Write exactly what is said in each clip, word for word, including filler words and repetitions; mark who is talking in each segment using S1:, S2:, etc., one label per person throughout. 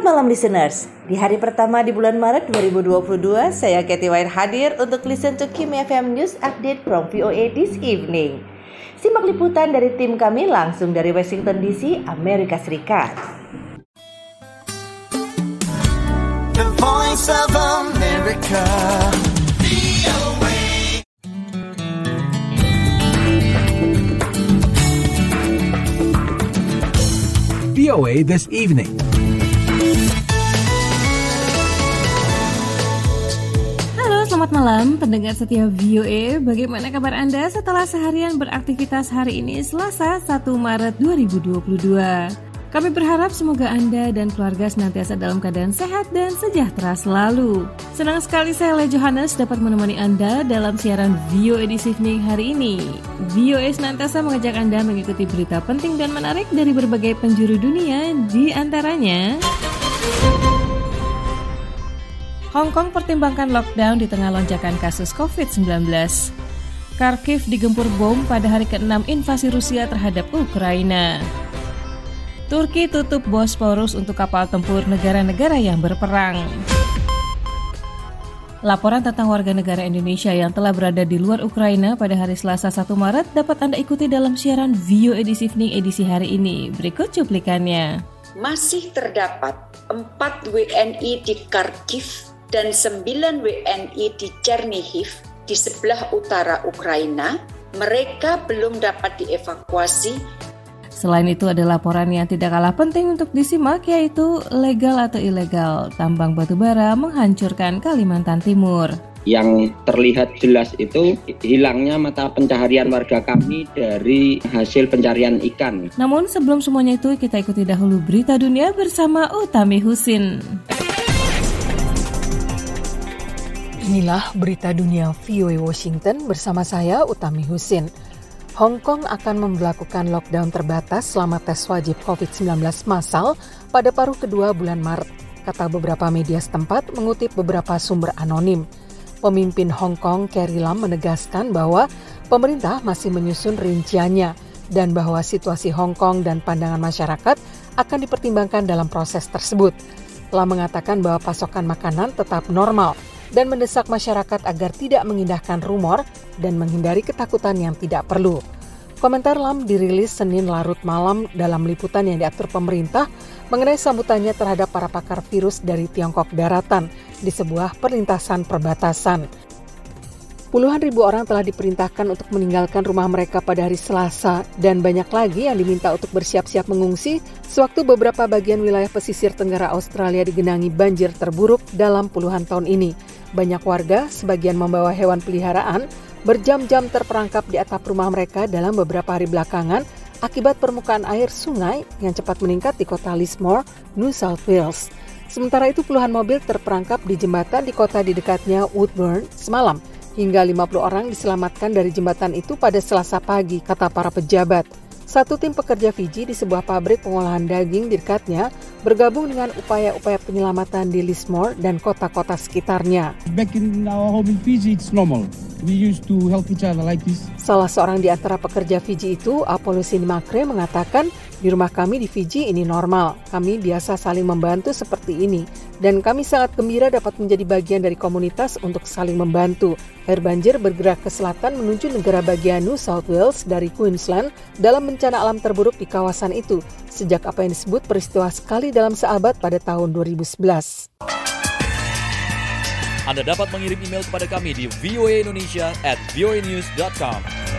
S1: Selamat malam listeners. Di hari pertama di bulan Maret dua ribu dua puluh dua, saya Katy White hadir untuk listen to Kim F M News Update from V O A this evening. Simak liputan dari tim kami langsung dari Washington D C, Amerika Serikat.
S2: The Voice of America.
S3: V O A this evening.
S4: Halo, selamat malam pendengar setia V O A. Bagaimana kabar Anda setelah seharian beraktivitas hari ini Selasa satu Maret dua ribu dua puluh dua? Kami berharap semoga Anda dan keluarga senantiasa dalam keadaan sehat dan sejahtera selalu. Senang sekali saya Le Johannes dapat menemani Anda dalam siaran V O A this evening hari ini. V O A senantiasa mengajak Anda mengikuti berita penting dan menarik dari berbagai penjuru dunia, di antaranya Hong Kong pertimbangkan lockdown di tengah lonjakan kasus covid sembilan belas. Kharkiv digempur bom pada hari keenam invasi Rusia terhadap Ukraina. Turki tutup Bosporus untuk kapal tempur negara-negara yang berperang. Laporan tentang warga negara Indonesia yang telah berada di luar Ukraina pada hari Selasa satu Maret dapat Anda ikuti dalam siaran V O A this evening edisi hari ini. Berikut cuplikannya.
S5: Masih terdapat empat W N I di Kharkiv dan sembilan W N I di Chernihiv di sebelah utara Ukraina. Mereka belum dapat dievakuasi.
S4: Selain itu ada laporan yang tidak kalah penting untuk disimak, yaitu legal atau ilegal tambang batubara menghancurkan Kalimantan Timur.
S6: Yang terlihat jelas itu hilangnya mata pencaharian warga kami dari hasil pencarian ikan.
S4: Namun sebelum semuanya itu, kita ikuti dahulu berita dunia bersama Utami Husin.
S7: Inilah berita dunia V O A Washington bersama saya Utami Husin. Hong Kong akan memberlakukan lockdown terbatas selama tes wajib covid sembilan belas massal pada paruh kedua bulan Maret, kata beberapa media setempat mengutip beberapa sumber anonim. Pemimpin Hong Kong Carrie Lam menegaskan bahwa pemerintah masih menyusun rinciannya dan bahwa situasi Hong Kong dan pandangan masyarakat akan dipertimbangkan dalam proses tersebut. Lam mengatakan bahwa pasokan makanan tetap normal dan mendesak masyarakat agar tidak mengindahkan rumor dan menghindari ketakutan yang tidak perlu. Komentar Lam dirilis Senin larut malam dalam liputan yang diatur pemerintah mengenai sambutannya terhadap para pakar virus dari Tiongkok daratan di sebuah perlintasan perbatasan. Puluhan ribu orang telah diperintahkan untuk meninggalkan rumah mereka pada hari Selasa dan banyak lagi yang diminta untuk bersiap-siap mengungsi sewaktu beberapa bagian wilayah pesisir tenggara Australia digenangi banjir terburuk dalam puluhan tahun ini. Banyak warga, sebagian membawa hewan peliharaan, berjam-jam terperangkap di atap rumah mereka dalam beberapa hari belakangan akibat permukaan air sungai yang cepat meningkat di kota Lismore, New South Wales. Sementara itu puluhan mobil terperangkap di jembatan di kota di dekatnya Woodburn semalam. Hingga lima puluh orang diselamatkan dari jembatan itu pada Selasa pagi, kata para pejabat. Satu tim pekerja Fiji di sebuah pabrik pengolahan daging di dekatnya bergabung dengan upaya-upaya penyelamatan di Lismore dan kota-kota sekitarnya.
S8: Back in our home in Fiji, it's normal. We used to help each other like this.
S7: Salah seorang di antara pekerja Fiji itu, Apollo Makre, mengatakan, di rumah kami di Fiji ini normal. Kami biasa saling membantu seperti ini. Dan kami sangat gembira dapat menjadi bagian dari komunitas untuk saling membantu. Air banjir bergerak ke selatan menuju negara bagian New South Wales dari Queensland dalam bencana alam terburuk di kawasan itu. Sejak apa yang disebut peristiwa sekali dalam seabad pada tahun dua ribu sebelas.
S9: Anda dapat mengirim email kepada kami di voaindonesia at voanews dot com.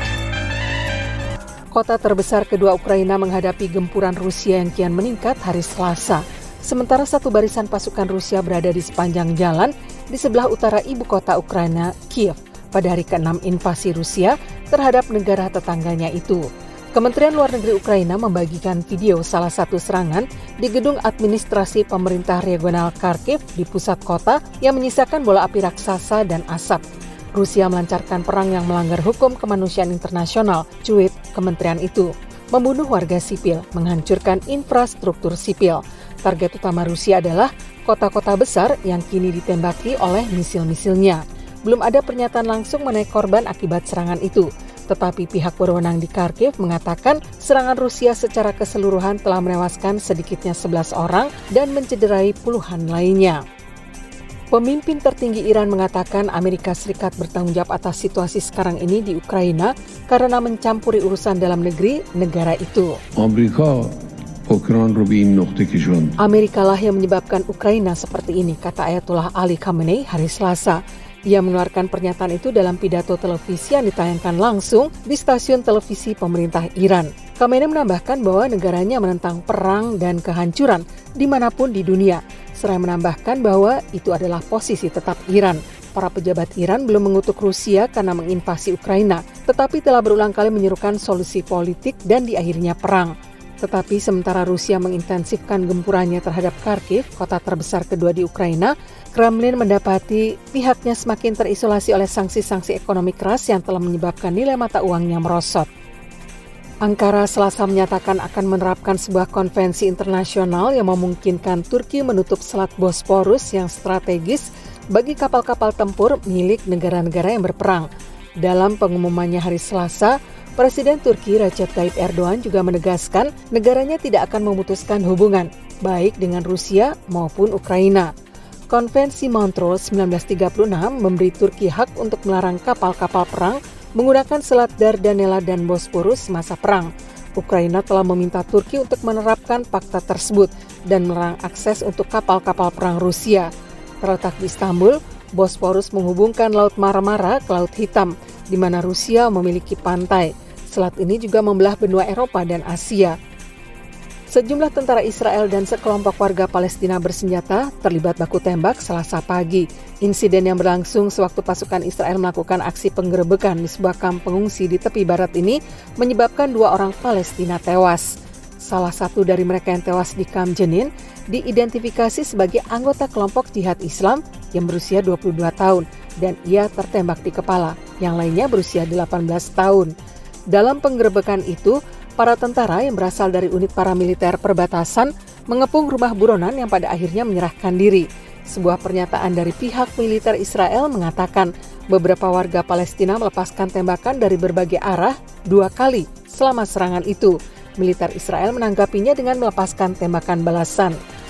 S7: Kota terbesar kedua Ukraina menghadapi gempuran Rusia yang kian meningkat hari Selasa. Sementara satu barisan pasukan Rusia berada di sepanjang jalan di sebelah utara ibu kota Ukraina, Kiev, pada hari keenam invasi Rusia terhadap negara tetangganya itu. Kementerian Luar Negeri Ukraina membagikan video salah satu serangan di gedung administrasi pemerintah regional Kharkiv di pusat kota yang menyisakan bola api raksasa dan asap. Rusia melancarkan perang yang melanggar hukum kemanusiaan internasional, cuit kementerian itu, membunuh warga sipil, menghancurkan infrastruktur sipil. Target utama Rusia adalah kota-kota besar yang kini ditembaki oleh misil-misilnya. Belum ada pernyataan langsung mengenai korban akibat serangan itu. Tetapi pihak berwenang di Kharkiv mengatakan serangan Rusia secara keseluruhan telah menewaskan sedikitnya sebelas orang dan mencederai puluhan lainnya. Pemimpin tertinggi Iran mengatakan Amerika Serikat bertanggung jawab atas situasi sekarang ini di Ukraina karena mencampuri urusan dalam negeri negara itu.
S10: Amerika
S7: Amerika lah yang menyebabkan Ukraina seperti ini, kata Ayatollah Ali Khamenei hari Selasa. Ia mengeluarkan pernyataan itu dalam pidato televisi yang ditayangkan langsung di stasiun televisi pemerintah Iran. Khamenei menambahkan bahwa negaranya menentang perang dan kehancuran dimanapun di dunia. Seraya menambahkan bahwa itu adalah posisi tetap Iran. Para pejabat Iran belum mengutuk Rusia karena menginvasi Ukraina, tetapi telah berulang kali menyerukan solusi politik dan diakhirinya perang. Tetapi sementara Rusia mengintensifkan gempurannya terhadap Kharkiv, kota terbesar kedua di Ukraina, Kremlin mendapati pihaknya semakin terisolasi oleh sanksi-sanksi ekonomi keras yang telah menyebabkan nilai mata uangnya merosot. Ankara Selasa menyatakan akan menerapkan sebuah konvensi internasional yang memungkinkan Turki menutup Selat Bosporus yang strategis bagi kapal-kapal tempur milik negara-negara yang berperang. Dalam pengumumannya hari Selasa, Presiden Turki Recep Tayyip Erdogan juga menegaskan negaranya tidak akan memutuskan hubungan, baik dengan Rusia maupun Ukraina. Konvensi Montreux seribu sembilan ratus tiga puluh enam memberi Turki hak untuk melarang kapal-kapal perang menggunakan Selat Dardanella dan Bosporus masa perang. Ukraina telah meminta Turki untuk menerapkan fakta tersebut dan melarang akses untuk kapal-kapal perang Rusia. Terletak di Istanbul, Bosporus menghubungkan Laut Marmara ke Laut Hitam, di mana Rusia memiliki pantai. Selat ini juga membelah benua Eropa dan Asia. Sejumlah tentara Israel dan sekelompok warga Palestina bersenjata terlibat baku tembak Selasa pagi. Insiden yang berlangsung sewaktu pasukan Israel melakukan aksi penggerebekan di sebuah kamp pengungsi di tepi barat ini menyebabkan dua orang Palestina tewas. Salah satu dari mereka yang tewas di kamp Jenin diidentifikasi sebagai anggota kelompok jihad Islam yang berusia dua puluh dua tahun dan ia tertembak di kepala. Yang lainnya berusia delapan belas tahun. Dalam penggerebekan itu, para tentara yang berasal dari unit paramiliter perbatasan mengepung rumah buronan yang pada akhirnya menyerahkan diri. Sebuah pernyataan dari pihak militer Israel mengatakan beberapa warga Palestina melepaskan tembakan dari berbagai arah dua kali selama serangan itu. Militer Israel menanggapinya dengan melepaskan tembakan balasan.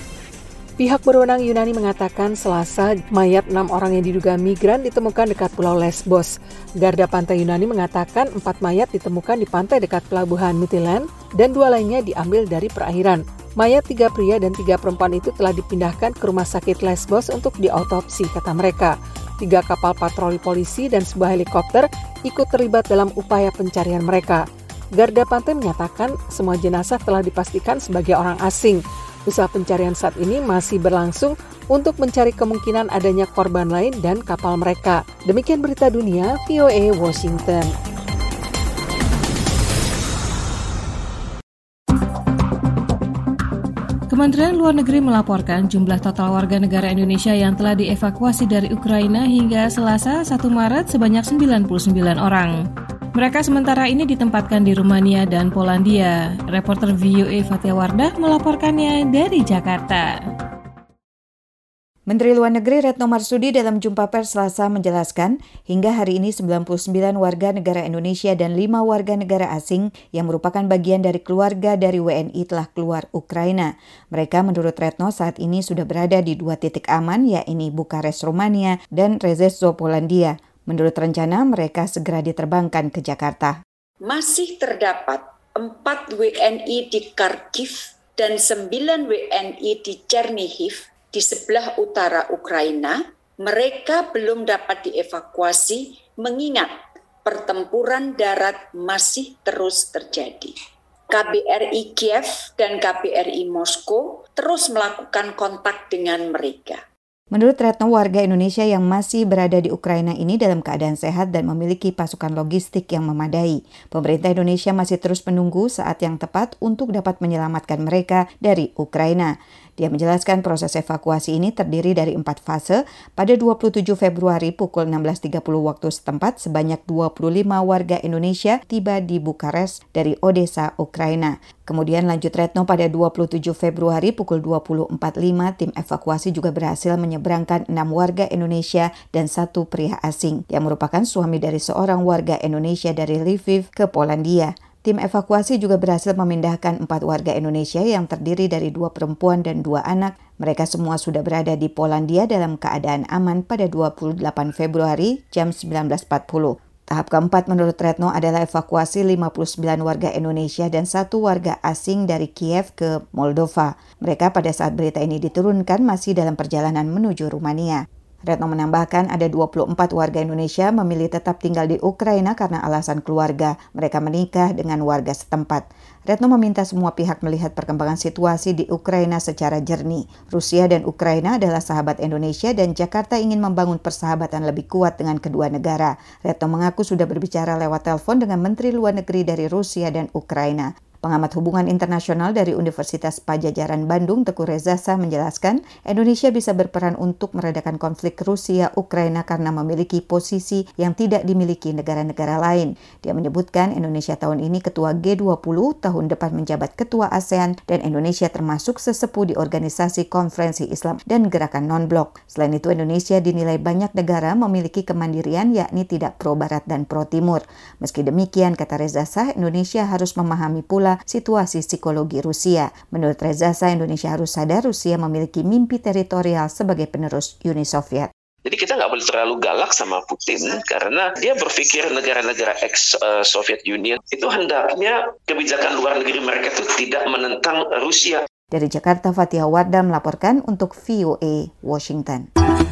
S7: Pihak berwenang Yunani mengatakan Selasa mayat enam orang yang diduga migran ditemukan dekat Pulau Lesbos. Garda Pantai Yunani mengatakan empat mayat ditemukan di pantai dekat pelabuhan Mytilene dan dua lainnya diambil dari perairan. Mayat tiga pria dan tiga perempuan itu telah dipindahkan ke rumah sakit Lesbos untuk diautopsi, kata mereka. Tiga kapal patroli polisi dan sebuah helikopter ikut terlibat dalam upaya pencarian mereka. Garda Pantai menyatakan semua jenazah telah dipastikan sebagai orang asing. Usaha pencarian saat ini masih berlangsung untuk mencari kemungkinan adanya korban lain dan kapal mereka. Demikian berita dunia V O A Washington.
S4: Kementerian Luar Negeri melaporkan jumlah total warga negara Indonesia yang telah dievakuasi dari Ukraina hingga Selasa satu Maret sebanyak sembilan puluh sembilan orang. Mereka sementara ini ditempatkan di Rumania dan Polandia. Reporter V O A Fatia Wardah melaporkannya dari Jakarta.
S11: Menteri Luar Negeri Retno Marsudi dalam jumpa pers Selasa menjelaskan, hingga hari ini sembilan puluh sembilan warga negara Indonesia dan lima warga negara asing yang merupakan bagian dari keluarga dari W N I telah keluar Ukraina. Mereka menurut Retno saat ini sudah berada di dua titik aman, yakni Bukares, Rumania dan Rzeszów, Polandia. Menurut rencana, mereka segera diterbangkan ke Jakarta.
S5: Masih terdapat empat W N I di Kharkiv dan sembilan W N I di Chernihiv di sebelah utara Ukraina. Mereka belum dapat dievakuasi mengingat pertempuran darat masih terus terjadi. K B R I Kiev dan K B R I Moskow terus melakukan kontak dengan mereka.
S11: Menurut Retno, warga Indonesia yang masih berada di Ukraina ini dalam keadaan sehat dan memiliki pasukan logistik yang memadai. Pemerintah Indonesia masih terus menunggu saat yang tepat untuk dapat menyelamatkan mereka dari Ukraina. Dia menjelaskan proses evakuasi ini terdiri dari empat fase. Pada dua puluh tujuh Februari pukul enam belas tiga puluh waktu setempat, sebanyak dua puluh lima warga Indonesia tiba di Bukares dari Odessa, Ukraina. Kemudian lanjut Retno, pada dua puluh tujuh Februari pukul dua puluh empat lima wima, tim evakuasi juga berhasil menyeberangkan enam warga Indonesia dan satu pria asing yang merupakan suami dari seorang warga Indonesia dari Lviv ke Polandia. Tim evakuasi juga berhasil memindahkan empat warga Indonesia yang terdiri dari dua perempuan dan dua anak. Mereka semua sudah berada di Polandia dalam keadaan aman pada dua puluh delapan Februari jam sembilan belas empat puluh. Tahap keempat menurut Retno adalah evakuasi lima puluh sembilan warga Indonesia dan satu warga asing dari Kiev ke Moldova. Mereka pada saat berita ini diturunkan masih dalam perjalanan menuju Rumania. Retno menambahkan ada dua puluh empat warga Indonesia memilih tetap tinggal di Ukraina karena alasan keluarga. Mereka menikah dengan warga setempat. Retno meminta semua pihak melihat perkembangan situasi di Ukraina secara jernih. Rusia dan Ukraina adalah sahabat Indonesia dan Jakarta ingin membangun persahabatan lebih kuat dengan kedua negara. Retno mengaku sudah berbicara lewat telepon dengan Menteri Luar Negeri dari Rusia dan Ukraina. Pengamat hubungan internasional dari Universitas Padjadjaran Bandung, Teguh Reza Shah menjelaskan, Indonesia bisa berperan untuk meredakan konflik Rusia-Ukraina karena memiliki posisi yang tidak dimiliki negara-negara lain. Dia menyebutkan Indonesia tahun ini ketua G dua puluh, tahun depan menjabat ketua ASEAN, dan Indonesia termasuk sesepuh di Organisasi Konferensi Islam dan Gerakan Non-Blok. Selain itu, Indonesia dinilai banyak negara memiliki kemandirian, yakni tidak pro-barat dan pro-timur. Meski demikian, kata Reza Shah, Indonesia harus memahami pula situasi psikologi Rusia. Menurut Reza Shah, Indonesia harus sadar Rusia memiliki mimpi teritorial sebagai penerus Uni Soviet.
S10: Jadi kita nggak boleh terlalu galak sama Putin karena dia berpikir negara-negara ex-Soviet Union itu hendaknya kebijakan luar negeri mereka itu tidak menentang Rusia.
S11: Dari Jakarta, Fathia Wardah melaporkan untuk V O A Washington.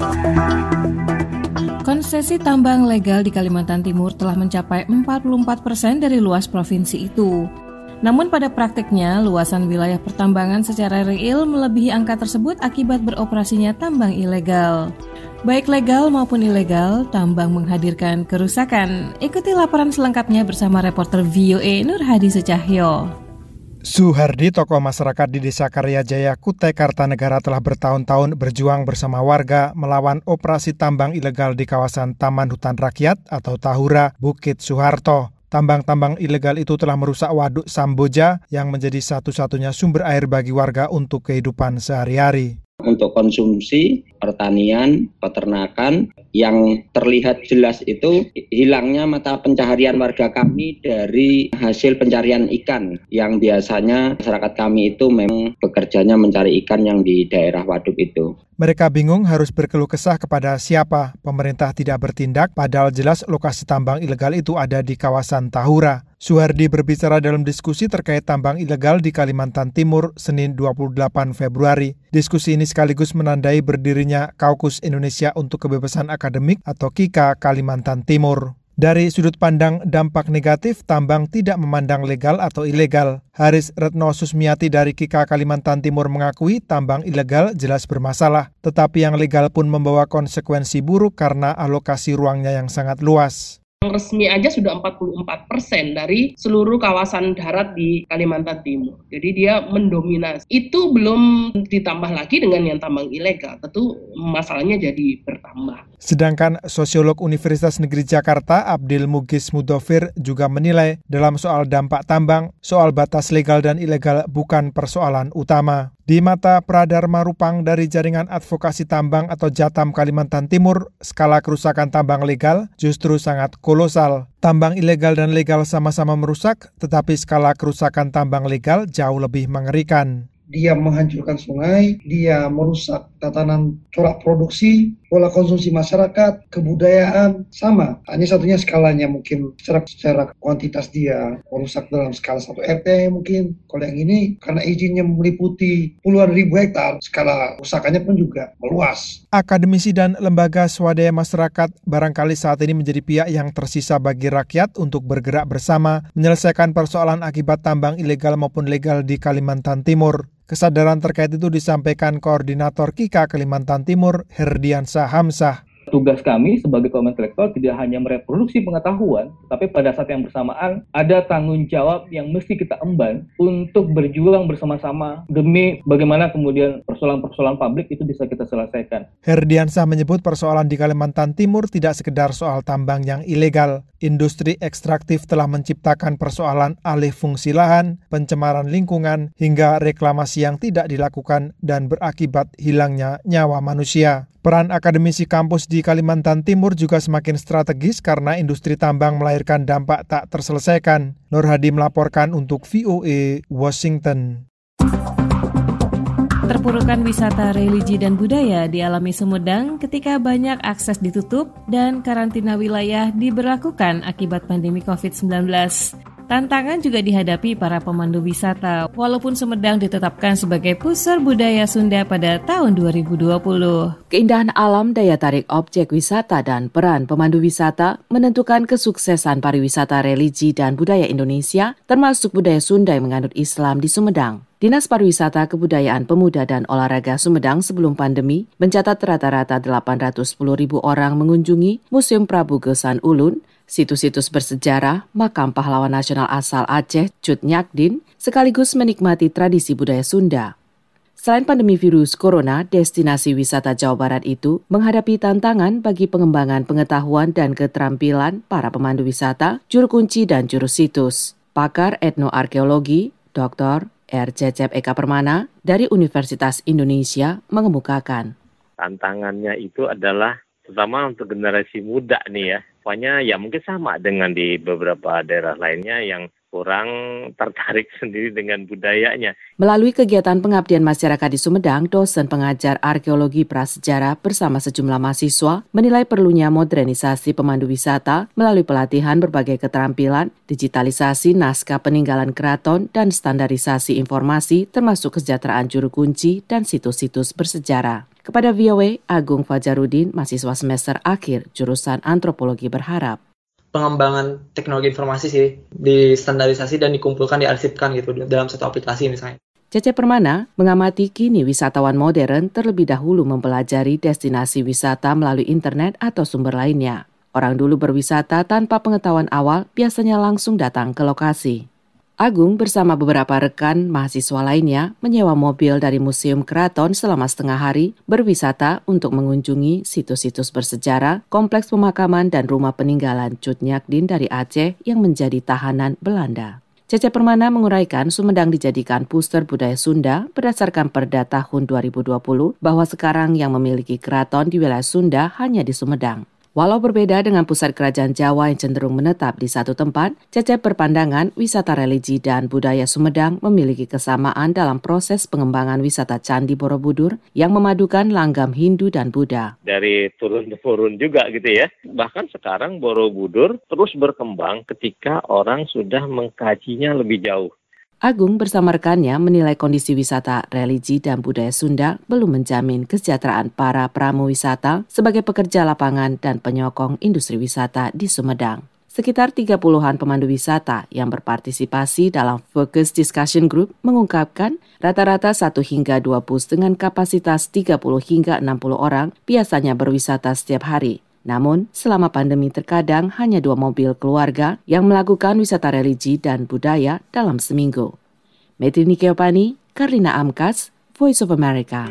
S4: Konsesi tambang legal di Kalimantan Timur telah mencapai empat puluh empat persen dari luas provinsi itu. Namun pada praktiknya, luasan wilayah pertambangan secara real melebihi angka tersebut akibat beroperasinya tambang ilegal. Baik legal maupun ilegal, tambang menghadirkan kerusakan. Ikuti laporan selengkapnya bersama reporter V O A Nur Hadi Sucahyo.
S12: Suhardi, tokoh masyarakat di Desa Karyajaya, Kutai Kartanegara telah bertahun-tahun berjuang bersama warga melawan operasi tambang ilegal di kawasan Taman Hutan Rakyat atau Tahura, Bukit Suharto. Tambang-tambang ilegal itu telah merusak waduk Samboja yang menjadi satu-satunya sumber air bagi warga untuk kehidupan sehari-hari.
S6: Untuk konsumsi, pertanian, peternakan, yang terlihat jelas itu hilangnya mata pencaharian warga kami dari hasil pencarian ikan. Yang biasanya masyarakat kami itu memang bekerjanya mencari ikan yang di daerah waduk itu.
S12: Mereka bingung harus berkeluh kesah kepada siapa. Pemerintah tidak bertindak, padahal jelas lokasi tambang ilegal itu ada di kawasan Tahura. Suhardi berbicara dalam diskusi terkait tambang ilegal di Kalimantan Timur Senin dua puluh delapan Februari. Diskusi ini sekaligus menandai berdirinya Kaukus Indonesia untuk Kebebasan Akademik atau K I K A Kalimantan Timur. Dari sudut pandang dampak negatif, tambang tidak memandang legal atau ilegal. Haris Retno Susmiati dari K I K A Kalimantan Timur mengakui tambang ilegal jelas bermasalah, tetapi yang legal pun membawa konsekuensi buruk karena alokasi ruangnya yang sangat luas.
S13: Yang resmi aja sudah empat puluh empat persen dari seluruh kawasan darat di Kalimantan Timur. Jadi dia mendominasi. Itu belum ditambah lagi dengan yang tambang ilegal. Tentu masalahnya jadi bertambah.
S12: Sedangkan sosiolog Universitas Negeri Jakarta Abdil Mugis Mudofir juga menilai dalam soal dampak tambang, soal batas legal dan ilegal bukan persoalan utama. Di mata Pradharma Rupang dari Jaringan Advokasi Tambang atau Jatam Kalimantan Timur, skala kerusakan tambang legal justru sangat kolosal. Tambang ilegal dan legal sama-sama merusak, tetapi skala kerusakan tambang legal jauh lebih mengerikan.
S14: Dia menghancurkan sungai, dia merusak tatanan corak produksi, pola konsumsi masyarakat, kebudayaan, sama. Hanya satunya skalanya mungkin secara, secara kuantitas dia merusak dalam skala satu R T mungkin. Kalau yang ini karena izinnya meliputi puluhan ribu hektar, skala kerusakannya pun juga meluas.
S12: Akademisi dan lembaga swadaya masyarakat barangkali saat ini menjadi pihak yang tersisa bagi rakyat untuk bergerak bersama menyelesaikan persoalan akibat tambang ilegal maupun legal di Kalimantan Timur. Kesadaran terkait itu disampaikan Koordinator K I K A Kalimantan Timur, Herdiansah Hamzah.
S15: tugas kami sebagai kaum intelektual tidak hanya mereproduksi pengetahuan, tapi pada saat yang bersamaan ada tanggung jawab yang mesti kita emban untuk berjuang bersama-sama demi bagaimana kemudian persoalan-persoalan publik itu bisa kita selesaikan.
S12: Herdiansah menyebut persoalan di Kalimantan Timur tidak sekedar soal tambang yang ilegal. Industri ekstraktif telah menciptakan persoalan alih fungsi lahan, pencemaran lingkungan, hingga reklamasi yang tidak dilakukan dan berakibat hilangnya nyawa manusia. Peran akademisi kampus di Kalimantan Timur juga semakin strategis karena industri tambang melahirkan dampak tak terselesaikan. Nur Hadi melaporkan untuk V O A Washington.
S4: Terpurukan wisata religi dan budaya dialami Sumedang ketika banyak akses ditutup dan karantina wilayah diberlakukan akibat pandemi covid sembilan belas. Tantangan juga dihadapi para pemandu wisata, walaupun Sumedang ditetapkan sebagai pusat budaya Sunda pada tahun dua ribu dua puluh.
S16: Keindahan alam, daya tarik objek wisata, dan peran pemandu wisata menentukan kesuksesan pariwisata religi dan budaya Indonesia, termasuk budaya Sunda yang menganut Islam di Sumedang. Dinas Pariwisata, Kebudayaan, Pemuda, dan Olahraga Sumedang sebelum pandemi mencatat rata-rata delapan ratus sepuluh ribu orang mengunjungi Museum Prabu Geusan Ulun, situs-situs bersejarah, makam pahlawan nasional asal Aceh, Cut Nyakdin, sekaligus menikmati tradisi budaya Sunda. Selain pandemi virus corona, destinasi wisata Jawa Barat itu menghadapi tantangan bagi pengembangan pengetahuan dan keterampilan para pemandu wisata, juru kunci, dan juru situs. Pakar etnoarkeologi, Doktor R. Cecep Eka Permana dari Universitas Indonesia mengemukakan.
S17: Tantangannya itu adalah terutama untuk generasi muda nih ya. Pokoknya ya mungkin sama dengan di beberapa daerah lainnya yang kurang tertarik sendiri dengan budayanya.
S16: Melalui kegiatan pengabdian masyarakat di Sumedang, dosen pengajar arkeologi prasejarah bersama sejumlah mahasiswa menilai perlunya modernisasi pemandu wisata melalui pelatihan berbagai keterampilan, digitalisasi naskah peninggalan keraton, dan standarisasi informasi termasuk kesejahteraan juru kunci dan situs-situs bersejarah. Kepada V O A, Agung Fajarudin, mahasiswa semester akhir jurusan antropologi berharap
S18: pengembangan teknologi informasi sih, distandarisasi dan dikumpulkan, diarsipkan gitu dalam satu aplikasi misalnya.
S16: Cecep Permana mengamati kini wisatawan modern terlebih dahulu mempelajari destinasi wisata melalui internet atau sumber lainnya. Orang dulu berwisata tanpa pengetahuan awal biasanya langsung datang ke lokasi. Agung bersama beberapa rekan mahasiswa lainnya menyewa mobil dari Museum Keraton selama setengah hari berwisata untuk mengunjungi situs-situs bersejarah, kompleks pemakaman, dan rumah peninggalan Cut Nyakdin dari Aceh yang menjadi tahanan Belanda. Cecep Permana menguraikan Sumedang dijadikan pusat budaya Sunda berdasarkan Perda tahun dua ribu dua puluh bahwa sekarang yang memiliki keraton di wilayah Sunda hanya di Sumedang. Walau berbeda dengan pusat kerajaan Jawa yang cenderung menetap di satu tempat, Cecep berpandangan wisata religi dan budaya Sumedang memiliki kesamaan dalam proses pengembangan wisata Candi Borobudur yang memadukan langgam Hindu dan Buddha.
S17: Dari turun-temurun juga gitu ya. Bahkan sekarang Borobudur terus berkembang ketika orang sudah mengkajinya lebih jauh.
S16: Agung bersama rekannya menilai kondisi wisata religi dan budaya Sunda belum menjamin kesejahteraan para pramu wisata sebagai pekerja lapangan dan penyokong industri wisata di Sumedang. Sekitar tiga puluhan pemandu wisata yang berpartisipasi dalam Focus Discussion Group mengungkapkan rata-rata satu hingga dua bus dengan kapasitas tiga puluh hingga enam puluh orang biasanya berwisata setiap hari. Namun, selama pandemi terkadang hanya dua mobil keluarga yang melakukan wisata religi dan budaya dalam seminggu. Metrini Keopani, Karina Amkas, Voice of America.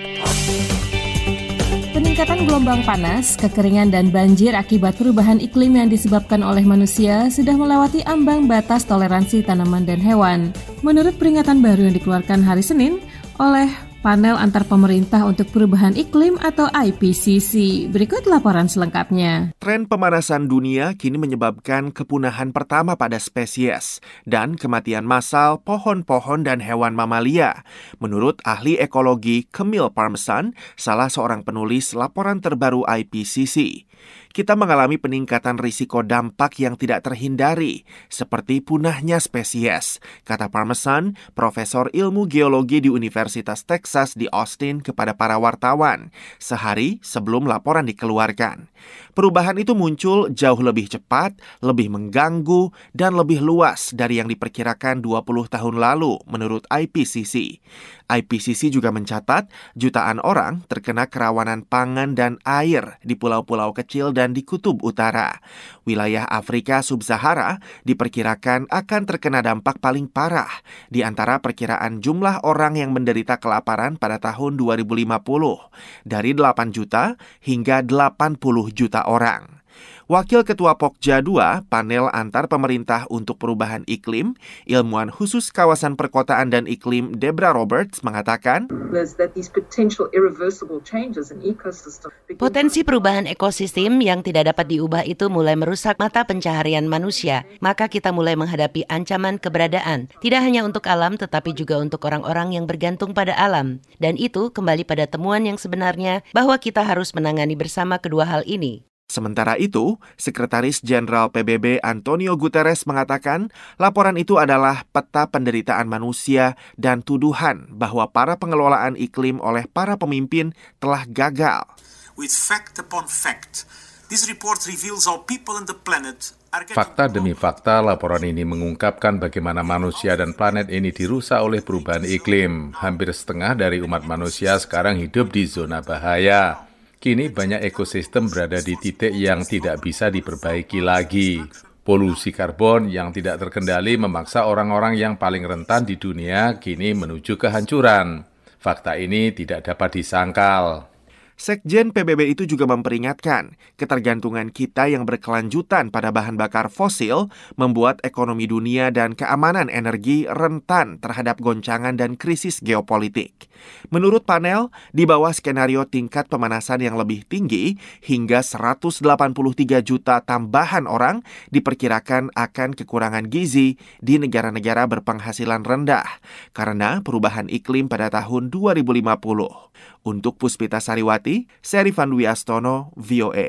S4: Peningkatan gelombang panas, kekeringan, dan banjir akibat perubahan iklim yang disebabkan oleh manusia sudah melewati ambang batas toleransi tanaman dan hewan. Menurut peringatan baru yang dikeluarkan hari Senin oleh Panel Antar Pemerintah untuk Perubahan Iklim atau I P C C. Berikut laporan selengkapnya.
S19: Tren pemanasan dunia kini menyebabkan kepunahan pertama pada spesies dan kematian massal pohon-pohon dan hewan mamalia. Menurut ahli ekologi Camille Parmesan, salah seorang penulis laporan terbaru I P C C. kita mengalami peningkatan risiko dampak yang tidak terhindari, seperti punahnya spesies, kata Parmesan, profesor ilmu geologi di Universitas Texas di Austin kepada para wartawan, sehari sebelum laporan dikeluarkan. Perubahan itu muncul jauh lebih cepat, lebih mengganggu, dan lebih luas dari yang diperkirakan dua puluh tahun lalu, menurut I P C C. I P C C juga mencatat jutaan orang terkena kerawanan pangan dan air di pulau-pulau kecil dan di kutub utara. Wilayah Afrika Sub-Sahara diperkirakan akan terkena dampak paling parah di antara perkiraan jumlah orang yang menderita kelaparan pada tahun dua ribu lima puluh, dari delapan juta hingga delapan puluh juta orang. Wakil Ketua Pokja dua, panel antar pemerintah untuk perubahan iklim, ilmuwan khusus kawasan perkotaan dan iklim Debra Roberts mengatakan,
S20: potensi perubahan ekosistem yang tidak dapat diubah itu mulai merusak mata pencaharian manusia, maka kita mulai menghadapi ancaman keberadaan, tidak hanya untuk alam tetapi juga untuk orang-orang yang bergantung pada alam. Dan itu kembali pada temuan yang sebenarnya bahwa kita harus menangani bersama kedua hal ini.
S19: Sementara itu, Sekretaris Jenderal P B B Antonio Guterres mengatakan laporan itu adalah peta penderitaan manusia dan tuduhan bahwa para pengelolaan iklim oleh para pemimpin telah gagal.
S21: With fact upon fact, this report reveals how people on the planet are getting...
S22: Fakta demi fakta, laporan ini mengungkapkan bagaimana manusia dan planet ini dirusak oleh perubahan iklim. Hampir setengah dari umat manusia sekarang hidup di zona bahaya. Kini banyak ekosistem berada di titik yang tidak bisa diperbaiki lagi. Polusi karbon yang tidak terkendali memaksa orang-orang yang paling rentan di dunia kini menuju kehancuran. Fakta ini tidak dapat disangkal.
S19: Sekjen P B B itu juga memperingatkan, ketergantungan kita yang berkelanjutan pada bahan bakar fosil membuat ekonomi dunia dan keamanan energi rentan terhadap goncangan dan krisis geopolitik. Menurut panel, di bawah skenario tingkat pemanasan yang lebih tinggi, hingga seratus delapan puluh tiga juta tambahan orang diperkirakan akan kekurangan gizi di negara-negara berpenghasilan rendah karena perubahan iklim pada tahun dua ribu lima puluh. Untuk Puspita Sariwati, saya Rifan Dwi Astono, V O A.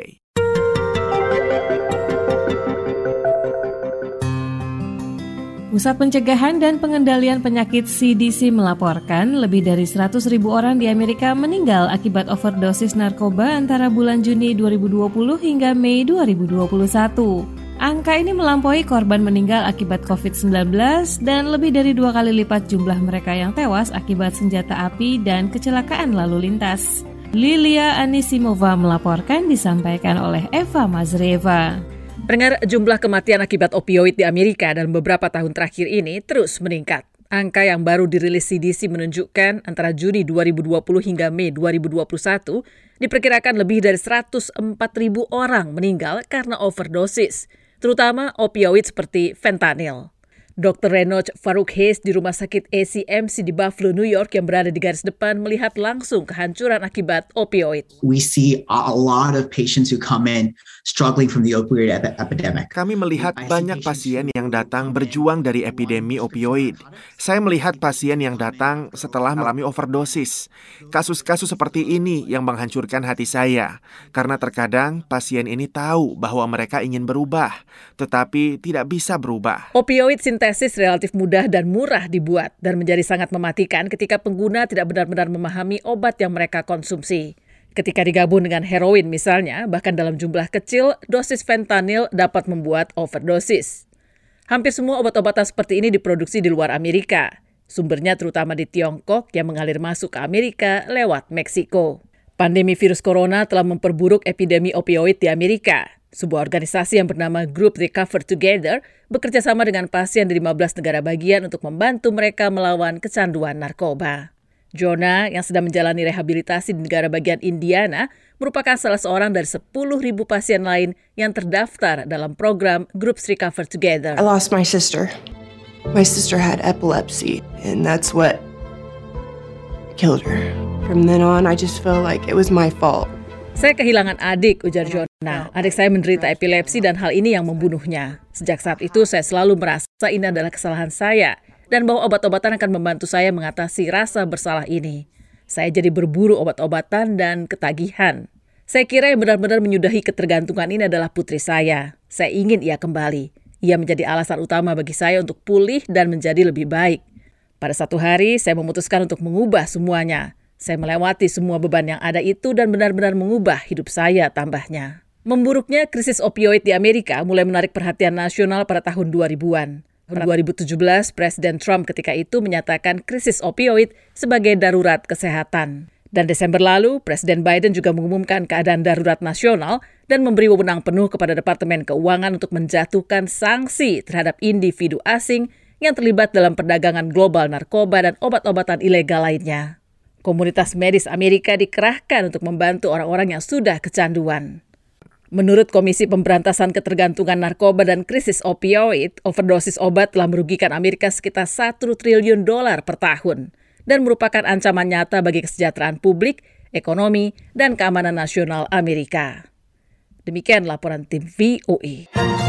S4: Pusat Pencegahan dan Pengendalian Penyakit C D C melaporkan lebih dari seratus ribu orang di Amerika meninggal akibat overdosis narkoba antara bulan Juni dua ribu dua puluh hingga Mei dua ribu dua puluh satu. Angka ini melampaui korban meninggal akibat covid sembilan belas dan lebih dari dua kali lipat jumlah mereka yang tewas akibat senjata api dan kecelakaan lalu lintas. Lilia Anisimova melaporkan, disampaikan oleh Eva Mazreva.
S23: Pendengar, jumlah kematian akibat opioid di Amerika dalam beberapa tahun terakhir ini terus meningkat. Angka yang baru dirilis C D C menunjukkan antara Juni dua ribu dua puluh hingga Mei dua ribu dua puluh satu diperkirakan lebih dari seratus empat ribu orang meninggal karena overdosis, terutama opioid seperti fentanyl. dokter Renoj Farooqais di Rumah Sakit A C M C di Buffalo, New York yang berada di garis depan melihat langsung kehancuran akibat opioid.
S24: We see a lot of patients who come in struggling from the opioid ep- epidemic.
S19: Kami melihat banyak pasien yang datang berjuang dari epidemi opioid. Saya melihat pasien yang datang setelah mengalami overdosis. Kasus-kasus seperti ini yang menghancurkan hati saya, karena terkadang pasien ini tahu bahwa mereka ingin berubah, tetapi tidak bisa berubah.
S23: Opioid sintesis relatif mudah dan murah dibuat dan menjadi sangat mematikan ketika pengguna tidak benar-benar memahami obat yang mereka konsumsi. Ketika digabung dengan heroin misalnya, bahkan dalam jumlah kecil, dosis fentanyl dapat membuat overdosis. Hampir semua obat-obatan seperti ini diproduksi di luar Amerika. Sumbernya terutama di Tiongkok yang mengalir masuk ke Amerika lewat Meksiko. Pandemi virus corona telah memperburuk epidemi opioid di Amerika. Sebuah organisasi yang bernama Group Recover Together bekerja sama dengan pasien di lima belas negara bagian untuk membantu mereka melawan kecanduan narkoba. Jonah yang sedang menjalani rehabilitasi di negara bagian Indiana merupakan salah seorang dari sepuluh ribu pasien lain yang terdaftar dalam program Groups Recover Together.
S25: I lost my sister. My sister had epilepsy, and that's what killed her. From then on, I just felt like it was my fault.
S23: Saya kehilangan adik, ujar Jonah. Adik saya menderita epilepsi dan hal ini yang membunuhnya. Sejak saat itu saya selalu merasa ini adalah kesalahan saya dan bahwa obat-obatan akan membantu saya mengatasi rasa bersalah ini. Saya jadi berburu obat-obatan dan ketagihan. Saya kira yang benar-benar menyudahi ketergantungan ini adalah putri saya. Saya ingin ia kembali. Ia menjadi alasan utama bagi saya untuk pulih dan menjadi lebih baik. Pada satu hari, saya memutuskan untuk mengubah semuanya. Saya melewati semua beban yang ada itu dan benar-benar mengubah hidup saya, tambahnya. Memburuknya krisis opioid di Amerika mulai menarik perhatian nasional pada tahun dua ribuan. Pada dua ribu tujuh belas, Presiden Trump ketika itu menyatakan krisis opioid sebagai darurat kesehatan. Dan Desember lalu, Presiden Biden juga mengumumkan keadaan darurat nasional dan memberi wewenang penuh kepada Departemen Keuangan untuk menjatuhkan sanksi terhadap individu asing yang terlibat dalam perdagangan global narkoba dan obat-obatan ilegal lainnya. Komunitas medis Amerika dikerahkan untuk membantu orang-orang yang sudah kecanduan. Menurut Komisi Pemberantasan Ketergantungan Narkoba dan Krisis Opioid, overdosis obat telah merugikan Amerika sekitar satu triliun dolar per tahun dan merupakan ancaman nyata bagi kesejahteraan publik, ekonomi, dan keamanan nasional Amerika. Demikian laporan tim V O A.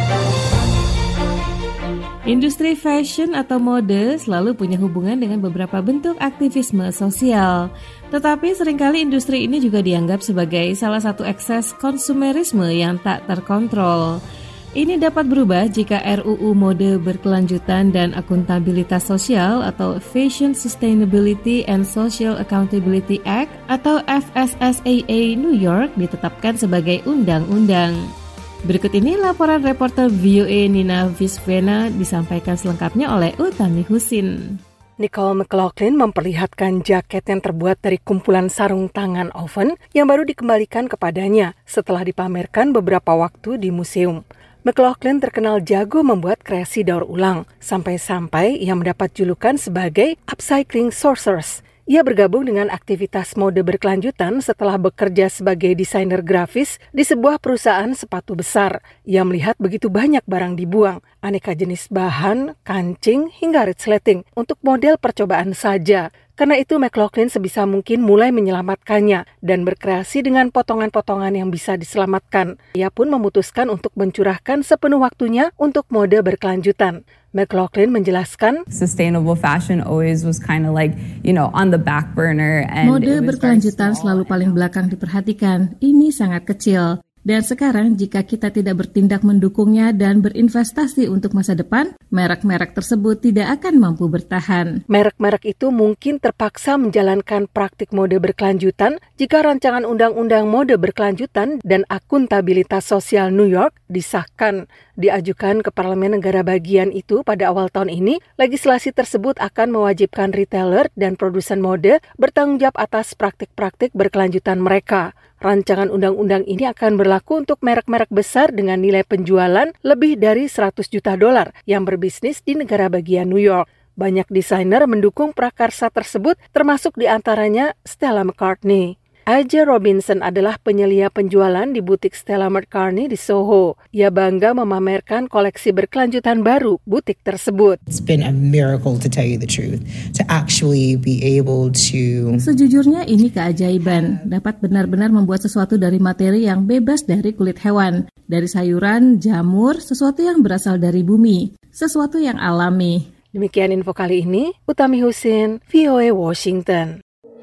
S4: Industri fashion atau mode selalu punya hubungan dengan beberapa bentuk aktivisme sosial. Tetapi seringkali industri ini juga dianggap sebagai salah satu ekses konsumerisme yang tak terkontrol. Ini dapat berubah jika R U U Mode Berkelanjutan dan Akuntabilitas Sosial atau Fashion Sustainability and Social Accountability Act atau F S S A A New York ditetapkan sebagai undang-undang. Berikut ini laporan reporter V O A Nina Visvena disampaikan selengkapnya oleh Utami Husin.
S7: Nicole McLaughlin memperlihatkan jaket yang terbuat dari kumpulan sarung tangan oven yang baru dikembalikan kepadanya setelah dipamerkan beberapa waktu di museum. McLaughlin terkenal jago membuat kreasi daur ulang, sampai-sampai ia mendapat julukan sebagai upcycling sorceress. Ia bergabung dengan aktivitas mode berkelanjutan setelah bekerja sebagai desainer grafis di sebuah perusahaan sepatu besar. Ia melihat begitu banyak barang dibuang, aneka jenis bahan, kancing, hingga resleting untuk model percobaan saja. Karena itu McLaughlin sebisa mungkin mulai menyelamatkannya dan berkreasi dengan potongan-potongan yang bisa diselamatkan. Ia pun memutuskan untuk mencurahkan sepenuh waktunya untuk mode berkelanjutan. McLaughlin menjelaskan,
S1: sustainable fashion always was kind of like, you know, on the back burner. And
S4: mode berkelanjutan selalu paling belakang diperhatikan. Ini sangat kecil. Dan sekarang jika kita tidak bertindak mendukungnya dan berinvestasi untuk masa depan, merek-merek tersebut tidak akan mampu bertahan.
S7: Merek-merek itu mungkin terpaksa menjalankan praktik mode berkelanjutan jika rancangan undang-undang mode berkelanjutan dan akuntabilitas sosial New York disahkan. Diajukan ke parlemen negara bagian itu pada awal tahun ini, legislasi tersebut akan mewajibkan retailer dan produsen mode bertanggung jawab atas praktik-praktik berkelanjutan mereka. Rancangan undang-undang ini akan berlaku untuk merek-merek besar dengan nilai penjualan lebih dari seratus juta dolar yang berbisnis di negara bagian New York. Banyak desainer mendukung prakarsa tersebut, termasuk diantaranya Stella McCartney. Aja Robinson adalah penyelia penjualan di butik Stella McCartney di Soho. Ia bangga memamerkan koleksi berkelanjutan baru butik tersebut.
S2: It's been a miracle to tell you the truth, to actually be able to.
S4: Sejujurnya ini keajaiban, dapat benar-benar membuat sesuatu dari materi yang bebas dari kulit hewan, dari sayuran, jamur, sesuatu yang berasal dari bumi, sesuatu yang alami.
S7: Demikian info kali ini, Utami Husin, V O A Washington.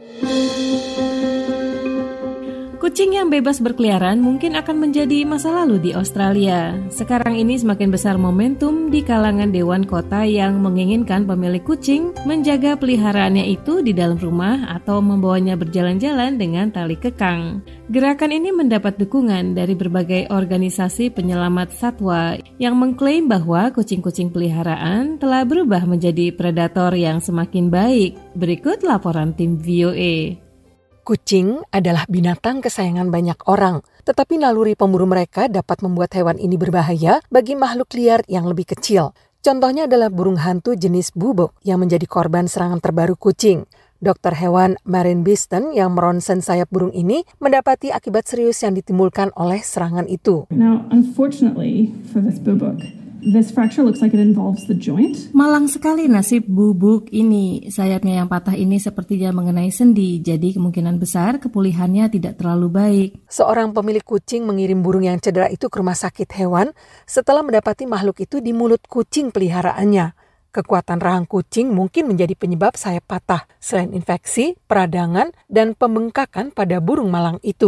S4: Kucing yang bebas berkeliaran mungkin akan menjadi masa lalu di Australia. Sekarang ini semakin besar momentum di kalangan dewan kota yang menginginkan pemilik kucing menjaga peliharaannya itu di dalam rumah atau membawanya berjalan-jalan dengan tali kekang. Gerakan ini mendapat dukungan dari berbagai organisasi penyelamat satwa yang mengklaim bahwa kucing-kucing peliharaan telah berubah menjadi predator yang semakin baik. Berikut laporan tim V O A.
S7: Kucing adalah binatang kesayangan banyak orang, tetapi naluri pemburu mereka dapat membuat hewan ini berbahaya bagi makhluk liar yang lebih kecil. Contohnya adalah burung hantu jenis bubuk yang menjadi korban serangan terbaru kucing. Dokter hewan Marin Beeston yang meronsen sayap burung ini mendapati akibat serius yang ditimbulkan oleh serangan itu.
S3: Now, unfortunately for this bubuk, this fracture looks like it involves the joint.
S4: Malang sekali nasib bubuk ini. Sayapnya yang patah ini sepertinya mengenai sendi, jadi kemungkinan besar kepulihannya tidak terlalu baik.
S7: Seorang pemilik kucing mengirim burung yang cedera itu ke rumah sakit hewan setelah mendapati makhluk itu di mulut kucing peliharaannya. Kekuatan rahang kucing mungkin menjadi penyebab sayap patah, selain infeksi, peradangan, dan pembengkakan pada burung malang itu.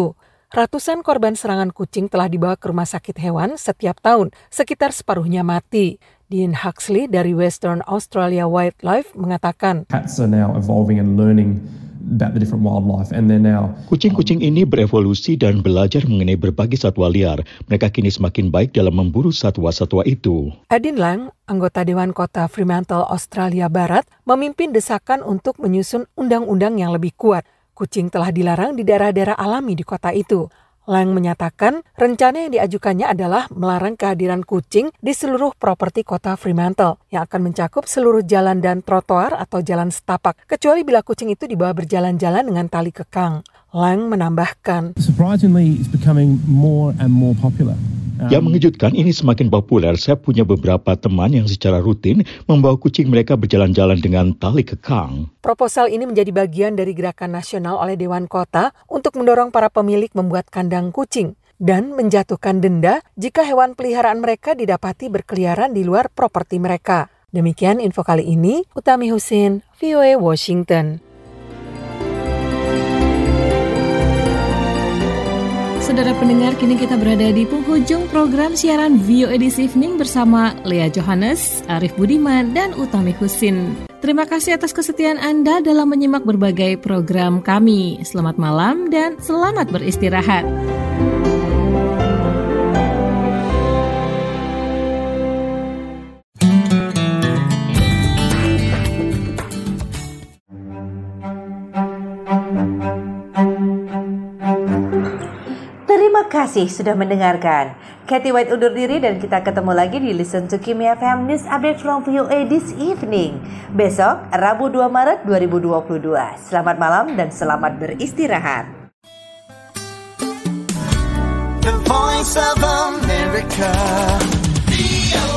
S7: ratusan korban serangan kucing telah dibawa ke rumah sakit hewan setiap tahun, sekitar separuhnya mati. Dean Huxley dari Western Australia Wildlife mengatakan,
S5: Cats are now evolving and learning about the different wildlife, and they're now
S8: Kucing-kucing ini berevolusi dan belajar mengenai berbagai satwa liar. Mereka kini semakin baik dalam memburu satwa-satwa itu.
S7: Adin Lang, anggota Dewan Kota Fremantle, Australia Barat, memimpin desakan untuk menyusun undang-undang yang lebih kuat. Kucing telah dilarang di daerah-daerah alami di kota itu. Lang menyatakan rencana yang diajukannya adalah melarang kehadiran kucing di seluruh properti kota Fremantle yang akan mencakup seluruh jalan dan trotoar atau jalan setapak, kecuali bila kucing itu dibawa berjalan-jalan dengan tali kekang. Lang menambahkan,
S5: surprisingly it's becoming more and more popular.
S8: Yang mengejutkan, ini semakin populer. Saya punya beberapa teman yang secara rutin membawa kucing mereka berjalan-jalan dengan tali kekang.
S7: Proposal ini menjadi bagian dari gerakan nasional oleh Dewan Kota untuk mendorong para pemilik membuat kandang kucing dan menjatuhkan denda jika hewan peliharaan mereka didapati berkeliaran di luar properti mereka. Demikian info kali ini, Utami Husin, V O A Washington.
S4: Saudara pendengar, kini kita berada di penghujung program siaran V O A This Evening bersama Lea Johannes, Arif Budiman, dan Utami Husin. Terima kasih atas kesetiaan Anda dalam menyimak berbagai program kami. Selamat malam dan selamat beristirahat.
S9: Terima kasih sudah mendengarkan. Kathy White undur diri dan kita ketemu lagi di Listen to Kimi F M News Update from V O A This Evening. Besok, Rabu dua Maret dua ribu dua puluh dua. Selamat malam dan selamat beristirahat.
S10: The Voice of America, V O A.